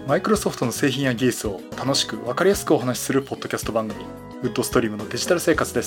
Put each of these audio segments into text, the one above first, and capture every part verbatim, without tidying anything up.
マイクロソフトの製品や技術を楽しく分かりやすくお話しするポッドキャスト番組、ウッドストリームのデジタル生活です。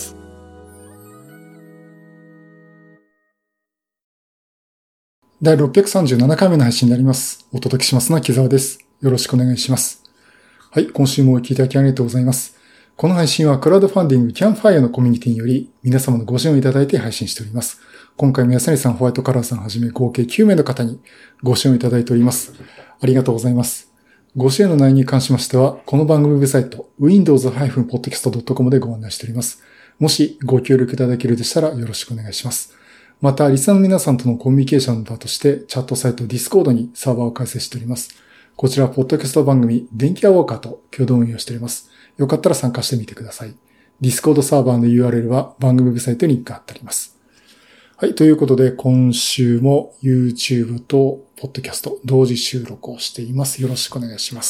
だいろっぴゃくさんじゅうななかいめの配信になります。お届けしますのは木澤です。よろしくお願いします。はい、今週もお聞きいただきありがとうございます。この配信はクラウドファンディングキャンファイアのコミュニティにより皆様のご支援をいただいて配信しております。今回も安成さん、ホワイトカラーさんはじめ合計きゅうめいの方にご支援をいただいております。ありがとうございます。ご支援の内容に関しましては、この番組ウェブサイト ウィンドウズ ポッドキャスト ドットコム でご案内しております。もしご協力いただけるでしたらよろしくお願いします。また、リスナーの皆さんとのコミュニケーションの場として、チャットサイト Discord にサーバーを開設しております。こちら、ポッドキャスト番組、電気屋ウォーカーと共同運用しております。よかったら参加してみてください。Discord サーバーの ユーアールエル は番組ウェブサイトにリンク貼ってあります。はい。ということで、今週も YouTube と Podcast 同時収録をしています。よろしくお願いします。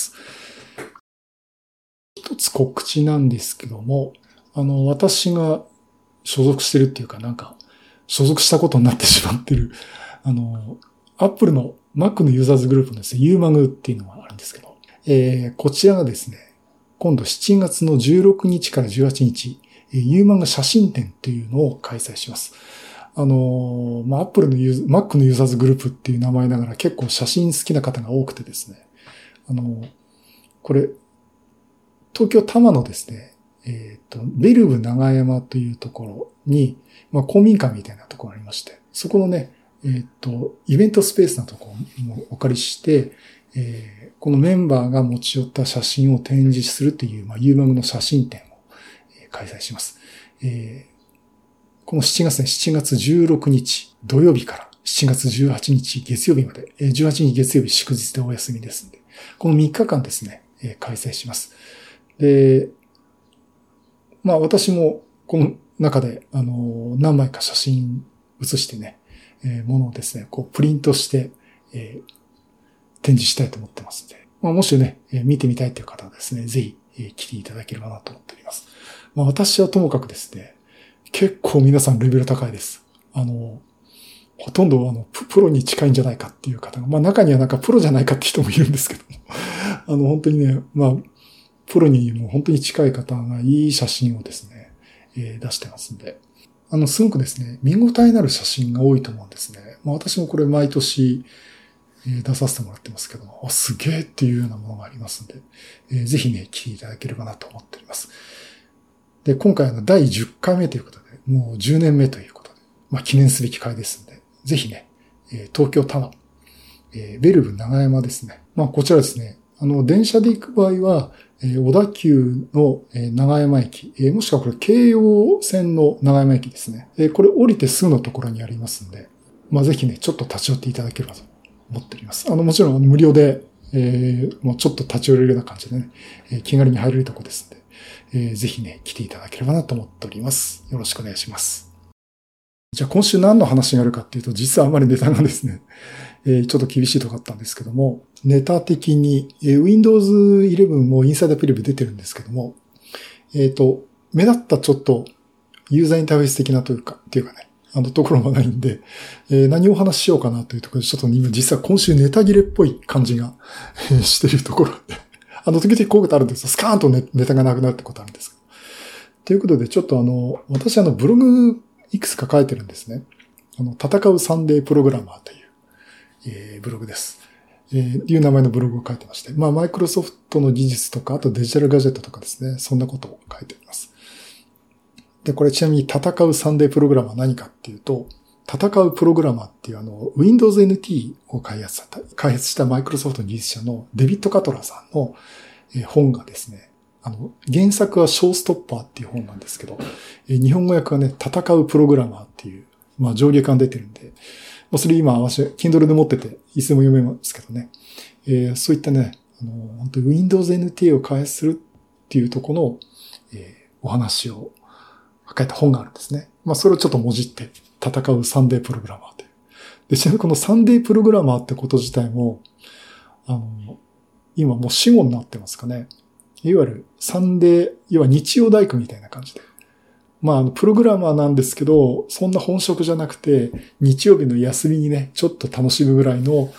一つ告知なんですけども、あの、私が所属してるっていうか、なんか、所属したことになってしまってる、あの、Apple の Mac のユーザーズグループのですね、ユーマグっていうのがあるんですけど、えー、こちらがですね、今度しちがつのじゅうろくにちからじゅうはちにち、ユーマグ写真展っていうのを開催します。あの、まあ、Apple のユー、Mac のユーザーズグループっていう名前ながら結構写真好きな方が多くてですね、あの、これ、東京多摩のですね、えっと、ベルブ長山というところに、まあ、公民館みたいなところがありまして、そこのね、えっと、イベントスペースなところもお借りして、えー、このメンバーが持ち寄った写真を展示するという、まあ、ユーマグの写真展を開催します。えー、このしちがつね、しちがつじゅうろくにち土曜日からしちがつじゅうはちにち月曜日まで、じゅうはちにち月曜日祝日でお休みですので、このみっかかんですね、開催します。で、まあ私もこの中で、あの、何枚か写真写してね、えー、ものをですね、こうプリントして、えー、展示したいと思ってますので、まあもしね、えー、見てみたいという方はですね、ぜひ、えー、来ていただければなと思っております。まあ私はともかくですね、結構皆さんレベル高いです。あの、ほとんどあの、プロに近いんじゃないかっていう方が、まあ中にはなんかプロじゃないかって人もいるんですけども、あの本当にね、まあ、プロにも本当に近い方がいい写真をですね、えー、出してますんで、あの、すごくですね、見応えのある写真が多いと思うんですね。まあ私もこれ毎年、えー、出させてもらってますけども、すげえっていうようなものがありますんで、えー、ぜひね、来ていただければなと思っております。で、今回はだいじゅっかいめということで、もうじゅうねんめということで、まあ記念すべき回ですんで、ぜひね、えー、東京多摩、えー、ベルブ長山ですね。まあこちらですね、あの、電車で行く場合は、えー、小田急の、えー、長山駅、えー、もしくはこれ京葉線の長山駅ですね。えー、これ降りてすぐのところにありますんで、まあぜひね、ちょっと立ち寄っていただければと思っております。あの、もちろん無料で、えー、もうちょっと立ち寄れるような感じでね、えー、気軽に入れるところですんで、えー、ぜひね、来ていただければなと思っております。よろしくお願いします。じゃあ今週何の話があるかっていうと、実はあまりネタがですね、えー、ちょっと厳しいところだったんですけども、ネタ的に、えー、ウィンドウズイレブン もインサイダープレビュー出てるんですけども、えっと、目立ったちょっとユーザーインターフェース的なというか、っていうかね、あのところもないんで、えー、何をお話ししようかなというところで、ちょっと今実は今週ネタ切れっぽい感じがしているところで、あの時々こういうことあるんですよ。スカーンと ネ, ネタがなくなるってことあるんですけど。ということで、ちょっとあの、私あのブログいくつか書いてるんですね。あの、戦うサンデープログラマーという、えー、ブログです。えー、いう名前のブログを書いてまして、まあ、マイクロソフトの技術とか、あとデジタルガジェットとかですね、そんなことを書いております。で、これちなみに戦うサンデープログラマーは何かっていうと、戦うプログラマーっていうあの、ウィンドウズエヌティー を開発した、開発したマイクロソフトの技術者のデビッド・カトラーさんの本がですね、あの、原作はショーストッパーっていう本なんですけど、日本語訳はね、戦うプログラマーっていう、まあ上下巻出てるんで、それ今、私、Kindle で持ってて、いつでも読めますけどね。えー、そういったね、あの、本当に ウィンドウズエヌティー を開発するっていうところの、えー、お話を書いた本があるんですね。まあ、それをちょっともじって、戦うサンデープログラマーという。で、ちなみにこのサンデープログラマーってこと自体も、あの、今もう死語になってますかね。いわゆるサンデー、要は日曜大工みたいな感じで。まあ、あの、プログラマーなんですけど、そんな本職じゃなくて、日曜日の休みにね、ちょっと楽しむぐらいの、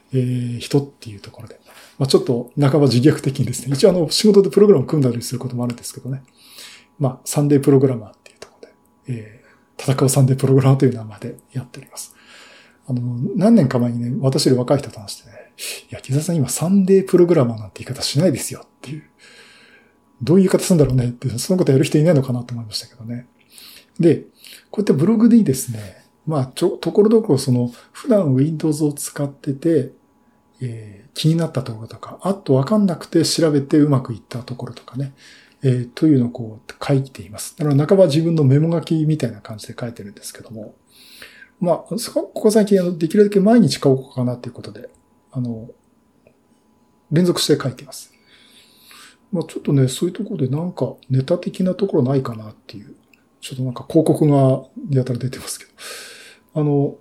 えー、人っていうところで、まあ、ちょっと半ば自虐的にですね、一応あの仕事でプログラムを組んだりすることもあるんですけどね、まあサンデープログラマーっていうところで、えー、戦うサンデープログラマーという名前でやっております。あの、何年か前にね、私より若い人と話してね、いや、木澤さん今サンデープログラマーなんて言い方しないですよっていう、どういう言い方するんだろうねって、そのことやる人いないのかなと思いましたけどね。で、こうやってブログでですね、まあ、ちょ、ところどころその、普段 Windows を使ってて、えー、気になったところとか、あとわかんなくて調べてうまくいったところとかね、えー、というのをこう書いています。だから半ば自分のメモ書きみたいな感じで書いてるんですけども、まあ、ここ最近あの、できるだけ毎日書こうかなということで、あの、連続して書いています。まあ、ちょっとね、そういうところでなんかネタ的なところないかなっていう、ちょっとなんか広告がやたら出てますけど、あの、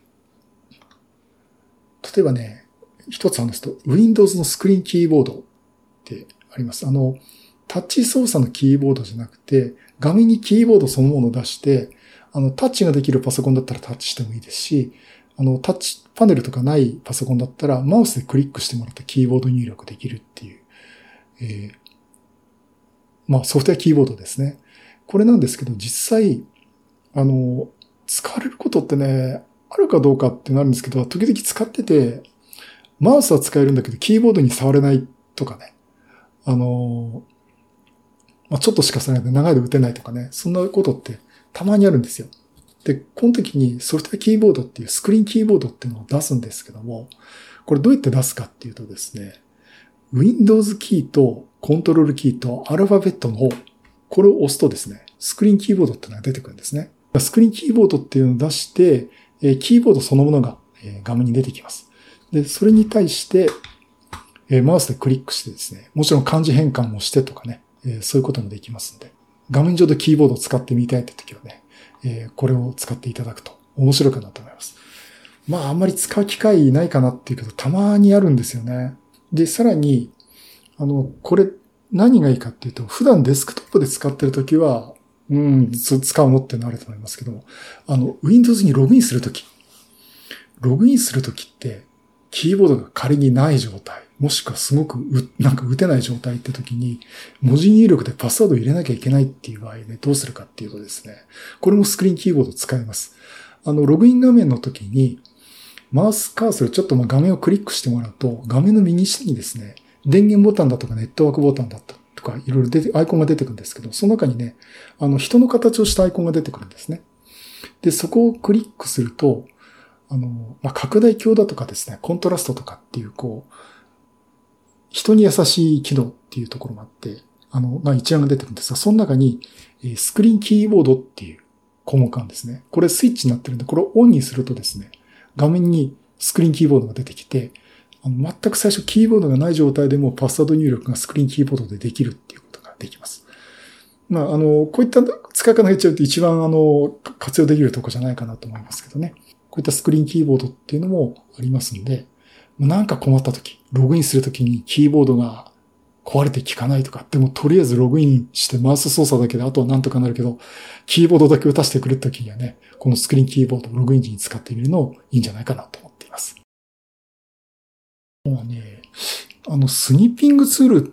例えばね、一つ話すと、Windows のスクリーンキーボードってあります。あの、タッチ操作のキーボードじゃなくて、画面にキーボードそのものを出して、あの、タッチができるパソコンだったらタッチしてもいいですし、あの、タッチパネルとかないパソコンだったら、マウスでクリックしてもらってキーボード入力できるっていう、えー、まあ、ソフトウェアキーボードですね。これなんですけど、実際、あの、使われることってね、あるかどうかってなるんですけど、時々使ってて、マウスは使えるんだけど、キーボードに触れないとかね。あの、まあ、ちょっとしか触れないで長いで打てないとかね。そんなことってたまにあるんですよ。で、この時にソフトウェアキーボードっていうスクリーンキーボードっていうのを出すんですけども、これどうやって出すかっていうとですね、Windows キーとコントロールキーとアルファベットの方、これを押すとですね、スクリーンキーボードっていうのが出てくるんですね。スクリーンキーボードっていうのを出して、キーボードそのものが画面に出てきます。で、それに対して、マウスでクリックしてですね、もちろん漢字変換もしてとかね、そういうこともできますので、画面上でキーボードを使ってみたいって時はね、これを使っていただくと面白いかなと思います。まあ、あんまり使う機会ないかなっていうけど、たまにあるんですよね。で、さらに、あの、これ何がいいかっていうと、普段デスクトップで使ってる時は、うん、使うのってなると思いますけども、あの、Windows にログインするとき、ログインするときって、キーボードが仮にない状態、もしくはすごくなんか打てない状態って時に、文字入力でパスワードを入れなきゃいけないっていう場合ね、どうするかっていうとですね、これもスクリーンキーボード使えます。あの、ログイン画面の時に、マウスカーソルちょっとまあ画面をクリックしてもらうと、画面の右下にですね、電源ボタンだとかネットワークボタンだったとか、いろいろ出て、アイコンが出てくるんですけど、その中にね、あの、人の形をしたアイコンが出てくるんですね。で、そこをクリックすると、あの、まあ、拡大鏡だとかですね、コントラストとかっていう、こう、人に優しい機能っていうところもあって、あの、まあ、一覧が出てくるんですが、その中に、スクリーンキーボードっていう項目があるんですね。これスイッチになってるんで、これをオンにするとですね、画面にスクリーンキーボードが出てきて、あの全く最初キーボードがない状態でもパスワード入力がスクリーンキーボードでできるっていうことができます。まあ、あの、こういった使い方が言っちゃうと一番あの、活用できるところじゃないかなと思いますけどね。こういったスクリーンキーボードっていうのもありますんで、なんか困った時、ログインするときにキーボードが壊れて効かないとか、でもとりあえずログインしてマウス操作だけであとはなんとかなるけど、キーボードだけ打たせてくれた時にはね、このスクリーンキーボードをログイン時に使ってみるのいいんじゃないかなと思っています。もうね、あの、スニッピングツールって、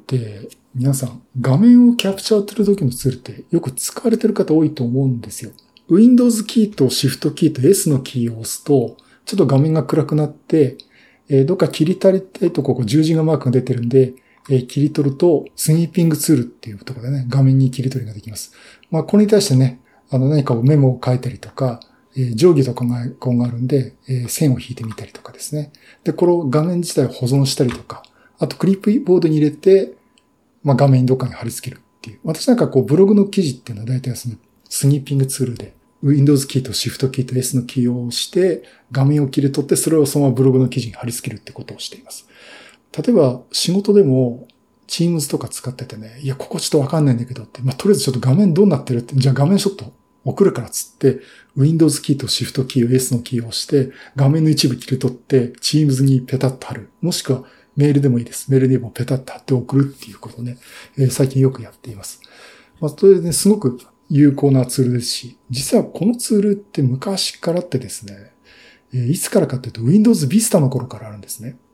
皆さん、画面をキャプチャーする時のツールってよく使われてる方多いと思うんですよ。Windows キーと Shift キーと S のキーを押すと、ちょっと画面が暗くなって、えー、どっか切り取りたいとここ十字がマークが出てるんで、えー、切り取ると、スニッピングツールっていうところでね、画面に切り取りができます。まあ、これに対してね、あの、何かをメモを書いたりとか、えー、定規とかがあるんで、えー、線を引いてみたりとかですね。で、これを画面自体を保存したりとか、あとクリップボードに入れて、まあ、画面にどっかに貼り付けるっていう。私なんかこう、ブログの記事っていうのは大体その、スニッピングツールで、Windows キーと Shift キーと S のキーを押して、画面を切り取って、それをそのままブログの記事に貼り付けるってことをしています。例えば、仕事でも、Teams とか使っててね、いや、ここちょっとわかんないんだけどって、まあ、とりあえずちょっと画面どうなってるって、じゃあ画面ショット送るからっつって、Windows キーと Shift キーを S のキーを押して、画面の一部切り取って、Teams にペタッと貼る。もしくは、メールでもいいです。メールにもペタッと貼って送るっていうことをね、えー、最近よくやっています。まあ、それでね、すごく有効なツールですし、実はこのツールって昔からってですね、えー、いつからかっていうと Windows Vista の頃からあるんですね。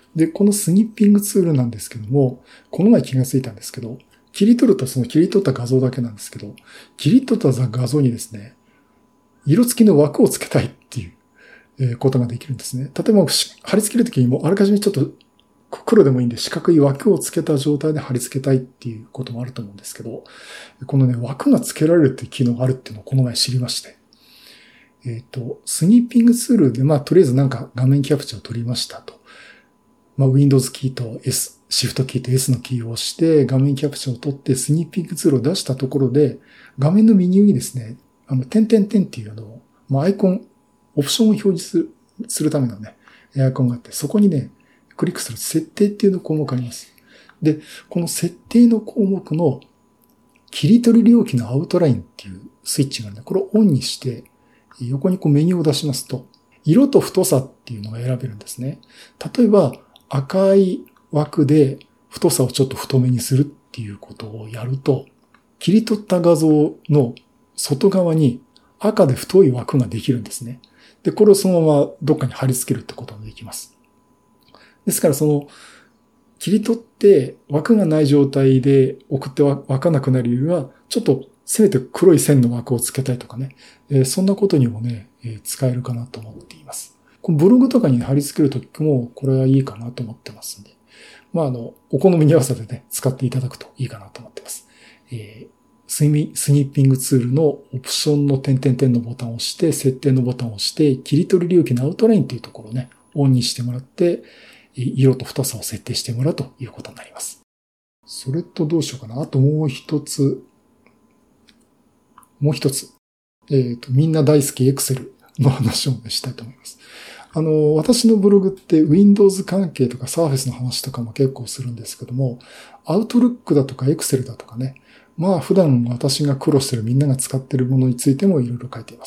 で、このスニッピングツールなんですけども、この前気がついたんですけど、切り取るとその切り取った画像だけなんですけど、切り取った画像にですね、色付きの枠をつけたいっていうことができるんですね。例えば貼り付けるときにもあらかじめちょっと黒でもいいんで四角い枠をつけた状態で貼り付けたいっていうこともあると思うんですけど、このね、枠が付けられるっていう機能があるっていうのをこの前知りまして。えっと、スニッピングツールで、まあ、とりあえずなんか画面キャプチャーを取りましたと。まあ、Windows キーと S、シフトキーと S のキーを押して画面キャプチャーを取ってスニッピングツールを出したところで、画面のメニューにですね、あの、点々点っていうのを、まあ、アイコン、オプションを表示する、するためのね、アイコンがあって、そこにね、クリックすると設定っていうの項目があります。で、この設定の項目の切り取り領域のアウトラインっていうスイッチがあるんで、これをオンにして、横にこうメニューを出しますと、色と太さっていうのが選べるんですね。例えば、赤い枠で太さをちょっと太めにするっていうことをやると、切り取った画像の外側に赤で太い枠ができるんですね。で、これをそのままどっかに貼り付けるってことができます。ですからその、切り取って枠がない状態で送ってわかなくなる理由は、ちょっとせめて黒い線の枠をつけたいとかね、えー、そんなことにもね、えー、使えるかなと思っています。このブログとかに貼り付けるときもこれはいいかなと思ってますんで、まああの、お好みに合わせてね、使っていただくといいかなと思ってます。えー、スニッピングツールのオプションの点々点のボタンを押して、設定のボタンを押して、切り取り領域のアウトラインというところをね、オンにしてもらって、色と太さを設定してもらうということになります。それとどうしようかな。あともう一つ。もう一つ。えっと、みんな大好き Excel の話をしたいと思います。あの、私のブログって Windows 関係とか Surface の話とかも結構するんですけども、Outlook だとか Excel だとかね。まあ普段私が苦労してるみんなが使ってるものについてもいろいろ書いています。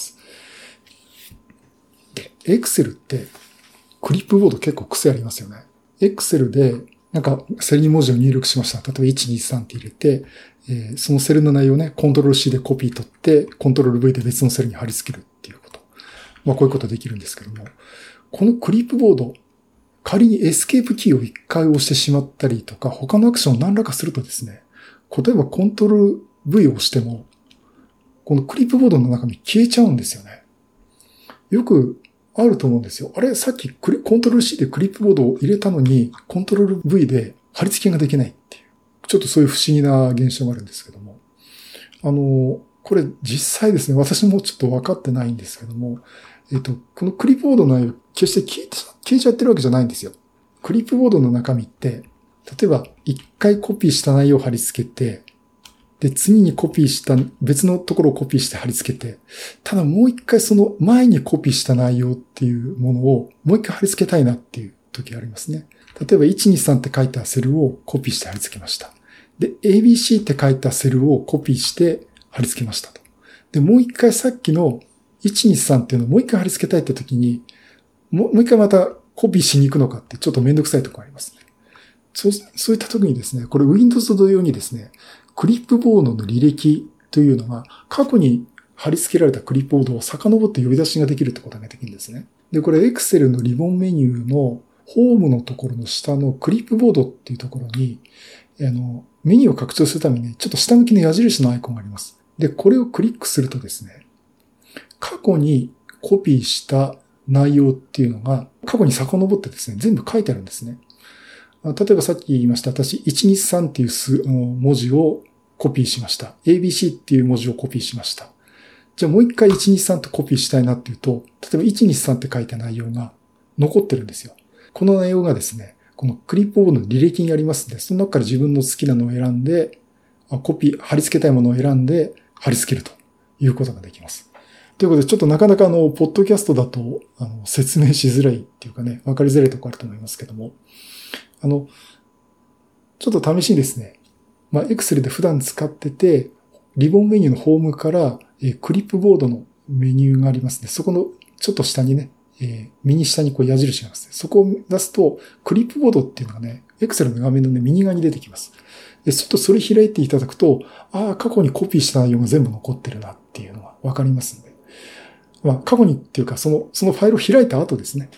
で、Excel ってクリップボード結構癖ありますよね。Excel で、なんかセルに文字を入力しました。例えばいちにさんって入れて、えー、そのセルの内容をね、コントロール シー でコピー取って、コントロール ブイ で別のセルに貼り付けるっていうこと。まあこういうことできるんですけども、このクリップボード、仮にエスケープキーを一回押してしまったりとか、他のアクションを何らかするとですね、例えばコントロール ブイ を押しても、このクリップボードの中身消えちゃうんですよね。よくあると思うんですよ。あれ、さっきコントロール シー でクリップボードを入れたのに、コントロール ブイ で貼り付けができないっていう。ちょっとそういう不思議な現象があるんですけども。あの、これ実際ですね、私もちょっと分かってないんですけども、えっと、このクリップボードの内容、決して消えて、消えちゃってるわけじゃないんですよ。クリップボードの中身って、例えば一回コピーした内容を貼り付けて、で、次にコピーした別のところをコピーして貼り付けて、ただもう一回その前にコピーした内容っていうものをもう一回貼り付けたいなっていう時がありますね。例えばいちにさんって書いたセルをコピーして貼り付けました。で、エービーシー って書いたセルをコピーして貼り付けましたと。で、もう一回さっきのいちにさんっていうのをもう一回貼り付けたいって時に、もう一回またコピーしに行くのかってちょっとめんどくさいところありますね。そう、そういった時にですね、これ Windows と同様にですね、クリップボードの履歴というのが過去に貼り付けられたクリップボードを遡って呼び出しができるってことができるんですね。で、これ Excel のリボンメニューのホームのところの下のクリップボードっていうところに、あの、メニューを拡張するためにちょっと下向きの矢印のアイコンがあります。で、これをクリックするとですね、過去にコピーした内容っていうのが過去に遡ってですね、全部書いてあるんですね。例えばさっき言いました、私、いちにさんっていう文字をコピーしました。エービーシー っていう文字をコピーしました。じゃあもう一回いちにさんとコピーしたいなっていうと、例えばいちにさんって書いた内容が残ってるんですよ。この内容がですね、このクリップボードの履歴にありますので、その中から自分の好きなのを選んで、コピー、貼り付けたいものを選んで貼り付けるということができます。ということで、ちょっとなかなかあの、ポッドキャストだと、あの、説明しづらいっていうかね、わかりづらいところあると思いますけども、あの、ちょっと試しにですね、まあ、Excel で普段使ってて、リボンメニューのホームから、えー、クリップボードのメニューがありますね。そこのちょっと下にね、えー、右下にこう矢印がありますね。そこを出すと、クリップボードっていうのがね、Excel の画面のね、右側に出てきます。で、ちょっとそれ開いていただくと、ああ、過去にコピーした内容が全部残ってるなっていうのがわかりますので。まあ、過去にっていうか、その、そのファイルを開いた後ですね。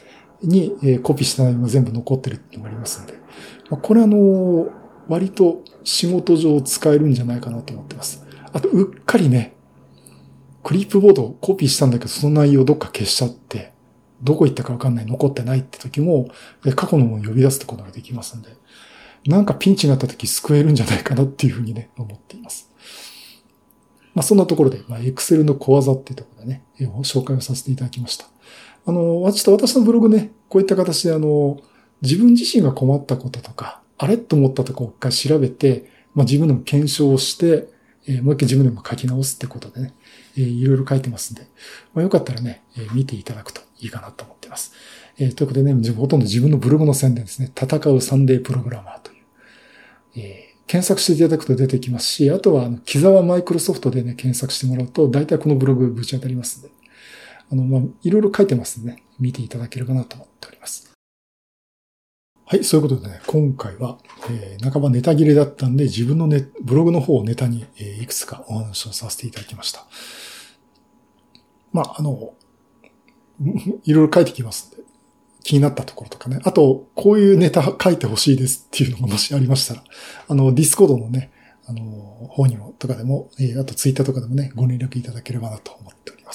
に、えー、コピーした内容が全部残ってるっていうのがありますんで、まあ、これあの、割と仕事上使えるんじゃないかなと思ってます。あと、うっかりね、クリップボードをコピーしたんだけど、その内容どっか消しちゃって、どこ行ったかわかんない、残ってないって時も、過去のものを呼び出すことができますんで、なんかピンチがあった時救えるんじゃないかなっていうふうにね、思っています。まあそんなところで、まあ Excel の小技っていうところでね、紹介をさせていただきました。あの、ちょっと私のブログね、こういった形であの、自分自身が困ったこととか、あれと思ったところから調べて、まあ自分でも検証して、えー、もう一回自分でも書き直すってことでね、えー、いろいろ書いてますんで、まあよかったらね、えー、見ていただくといいかなと思っています。えー、ということでね、ほとんど自分のブログの宣伝ですね、戦うサンデープログラマーという、えー、検索していただくと出てきますし、あとは、あの、木沢マイクロソフトでね、検索してもらうと、大体このブログぶち当たりますんで、あの、まあ、いろいろ書いてますんでね、見ていただければなと思っております。はい、そういうことでね、今回は、えー、半ばネタ切れだったんで、自分のね、ブログの方をネタに、えー、いくつかお話をさせていただきました。まあ、あの、いろいろ書いてきますんで、気になったところとかね。あと、こういうネタ書いてほしいですっていうのがもしありましたら、あの、ディスコードのね、あの、方にも、とかでも、えー、あとツイッターとかでもね、ご連絡いただければなと思っております。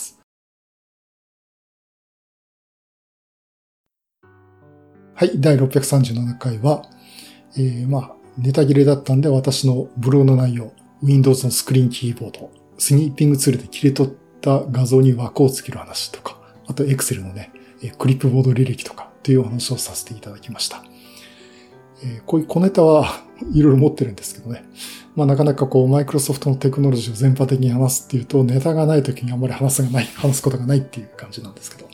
はい、だいろっぴゃくさんじゅうななかいは、えー、まあ、ネタ切れだったんで、私のブログの内容、Windows のスクリーンキーボード、スニーピングツールで切り取った画像に枠をつける話とか、あと Excel のね、クリップボード履歴とかというお話をさせていただきました。えー、こういう小ネタはいろいろ持ってるんですけどね。まあなかなかこうマイクロソフトのテクノロジーを全般的に話すっていうとネタがない時にあんまり話すがない、話すことがないっていう感じなんですけど。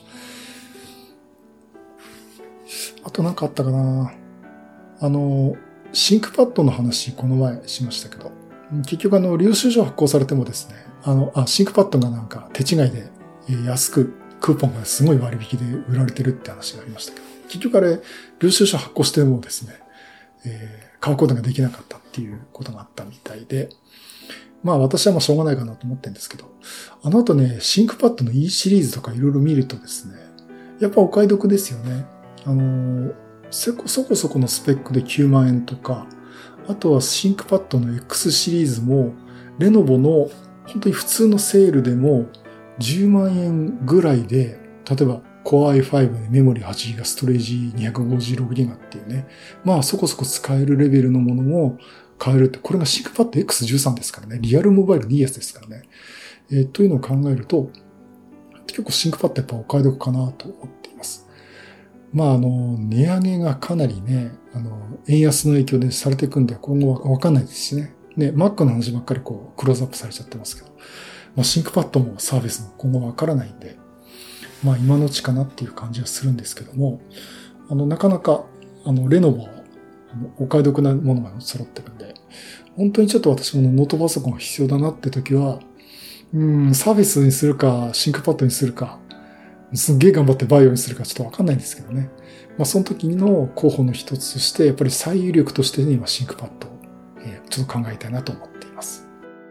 あとなんかあったかな。あの、シンクパッドの話この前しましたけど、結局あの領収書発行されてもですね、あの、あ、シンクパッドがなんか手違いで安くクーポンがすごい割引で売られてるって話がありましたけど、結局あれ、領収書発行してもですね、えー、買うことができなかったっていうことがあったみたいで、まあ私はまあしょうがないかなと思ってるんですけど、あの後ね、シンクパッドの E シリーズとかいろいろ見るとですね、やっぱお買い得ですよね。あのー、そこそこそこのスペックできゅうまんえんとか、あとはシンクパッドの X シリーズも、レノボの本当に普通のセールでもじゅうまんえんぐらいで、例えば Core アイファイブ でメモリはちギガ、ストレージにひゃくごじゅうろくギガっていうね、まあそこそこ使えるレベルのものも買えるって、これがシンクパッド エックスじゅうさん ですからね、リアルモバイルにいいやつですからね。えー、というのを考えると、結構シンクパッドやっぱお買い得かなと思っています。まああの、値上げがかなりね、あの、円安の影響でされていくんで、今後はわかんないですしね。ね、Mac の話ばっかりこう、クローズアップされちゃってますけど。まあ、シンクパッドもサービスも今後わからないんで、まあ今のうちかなっていう感じはするんですけども、あの、なかなか、あの、レノボは、あの、お買い得なものが揃ってるんで、本当にちょっと私もノートパソコンが必要だなって時は、うん、サービスにするか、シンクパッドにするか、すっげえ頑張ってバイオにするかちょっとわかんないんですけどね。まあその時の候補の一つとして、やっぱり最有力として今シンクパッドを、えー、ちょっと考えたいなと思っています。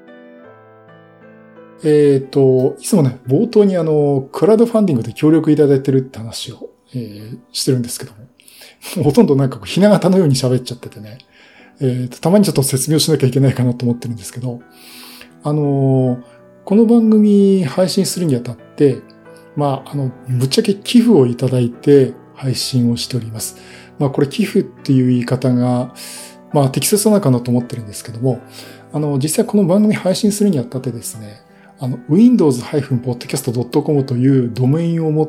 えっと、いつもね、冒頭にあの、クラウドファンディングで協力いただいてるって話を、えー、してるんですけども、ほとんどなんかひな形のように喋っちゃっててね、えーと、たまにちょっと説明しなきゃいけないかなと思ってるんですけど、あのー、この番組配信するにあたって、まあ、あの、ぶっちゃけ寄付をいただいて配信をしております。まあ、これ寄付っていう言い方が、まあ、適切なのかなと思ってるんですけども、あの、実際この番組配信するにあたってですね、あの、ウィンドウズ ポッドキャスト ドットコム というドメインを持った、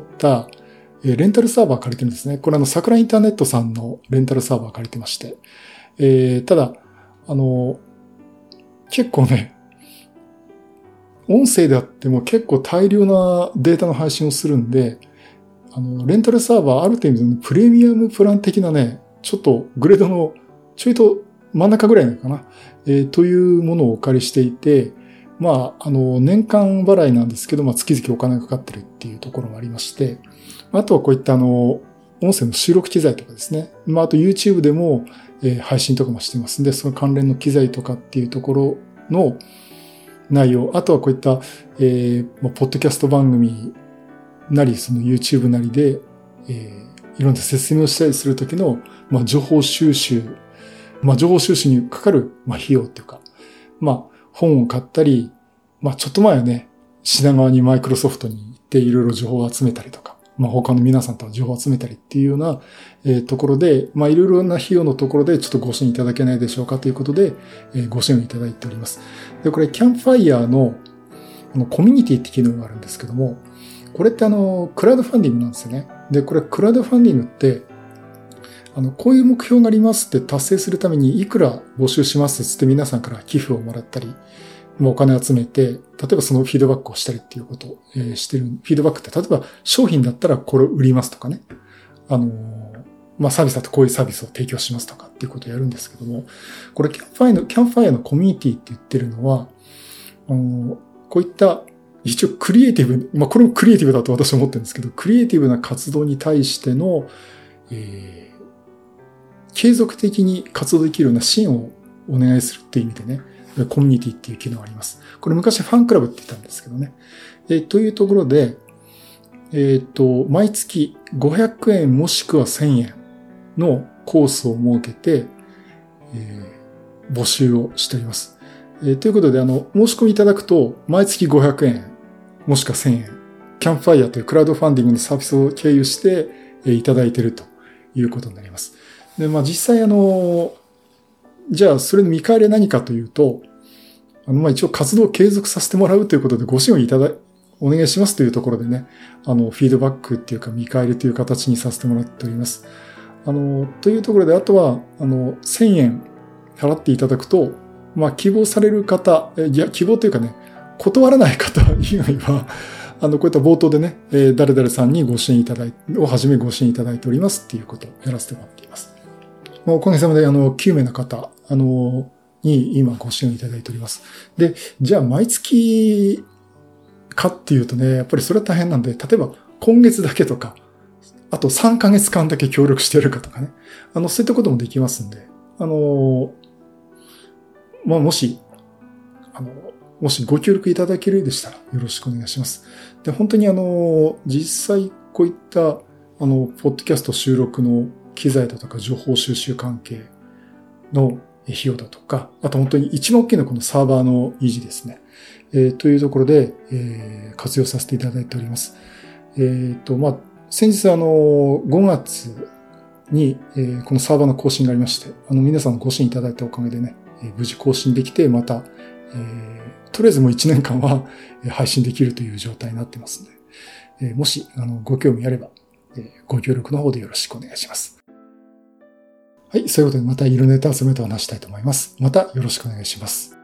えー、レンタルサーバー借りてるんですね。これあの、桜インターネットさんのレンタルサーバー借りてまして。えー、ただ、あの、結構ね、音声であっても結構大量なデータの配信をするんで、あの、レンタルサーバーある程度のプレミアムプラン的なね、ちょっとグレードのちょいと真ん中ぐらいなのかな、えー、というものをお借りしていて、まあ、あの、年間払いなんですけど、まあ、月々お金がかかってるっていうところもありまして、あとはこういったあの、音声の収録機材とかですね。まあ、あと YouTube でも、えー、配信とかもしてますんで、その関連の機材とかっていうところの内容、あとはこういった、えー、まあ、ポッドキャスト番組なり、その YouTube なりで、えー、 いろんな説明をしたりするときの、まあ、情報収集、まあ、情報収集にかかる、まあ、費用っていうか、まあ、本を買ったり、まあ、ちょっと前はね、品川にマイクロソフトに行っていろいろ情報を集めたりとか、まあ、他の皆さんと情報を集めたりっていうような、えー、ところで、まあ、いろいろな費用のところでちょっとご支援いただけないでしょうかということで、えー、ご支援をいただいております。で、これ、キャンプファイヤーの、あの、コミュニティって機能があるんですけども、これってあの、クラウドファンディングなんですよね。で、これ、クラウドファンディングって、あの、こういう目標がありますって達成するためにいくら募集しますって皆さんから寄付をもらったり、お金集めて、例えばそのフィードバックをしたりっていうことをしてる。フィードバックって、例えば商品だったらこれを売りますとかね。あの、まあ、サービスだとこういうサービスを提供しますとかっていうことをやるんですけども、これキャンプファイアの、キャンプファイアのコミュニティって言ってるのは、あの、こういった一応クリエイティブ、まあ、これもクリエイティブだと私は思ってるんですけど、クリエイティブな活動に対しての、えー、継続的に活動できるような支援をお願いするっていう意味でね、コミュニティっていう機能があります。これ昔ファンクラブって言ったんですけどね。えー、というところで、えっと、毎月ごひゃくえんもしくはせんえんのコースを設けて、えー、募集をしております。えー、ということで、あの、申し込みいただくと、毎月ごひゃくえん、もしくはせんえん、キャンプファイヤーというクラウドファンディングのサービスを経由して、えー、いただいているということになります。で、まあ実際あの、じゃあそれの見返りは何かというと、あの、まあ一応活動を継続させてもらうということでご支援をいただ、お願いしますというところでね、あの、フィードバックっていうか見返りという形にさせてもらっております。あの、というところで、あとは、あの、せんえん払っていただくと、まあ希望される方、いや、希望というかね、断らない方以外は、あの、こういった冒頭でね、えー、誰々さんにご支援いただいて、をはじめご支援いただいておりますっていうことをやらせてもらっています。まあ、おかげさまで、あの、きゅうめいの方、あの、に今ご支援いただいております。で、じゃあ毎月かっていうとね、やっぱりそれは大変なんで、例えば今月だけとか、あとさんかげつかんだけ協力してやるかとかね。あの、そういったこともできますんで、あの、まあ、もし、あの、もしご協力いただけるでしたらよろしくお願いします。で、本当にあの、実際こういった、あの、ポッドキャスト収録の機材だとか情報収集関係の費用だとか、あと本当に一番大きいのはこのサーバーの維持ですね。えー、というところで、えー、活用させていただいております。えっ、ー、と、まあ、先日あの、ごがつに、えー、このサーバーの更新がありまして、あの、皆さんのご支援いただいたおかげでね、えー、無事更新できて、また、えー、とりあえずもういちねんかんは配信できるという状態になってますので、えー、もし、あの、ご興味あれば、えー、ご協力の方でよろしくお願いします。はい、そういうことでまたいろんなネタを集めてお話したいと思います。またよろしくお願いします。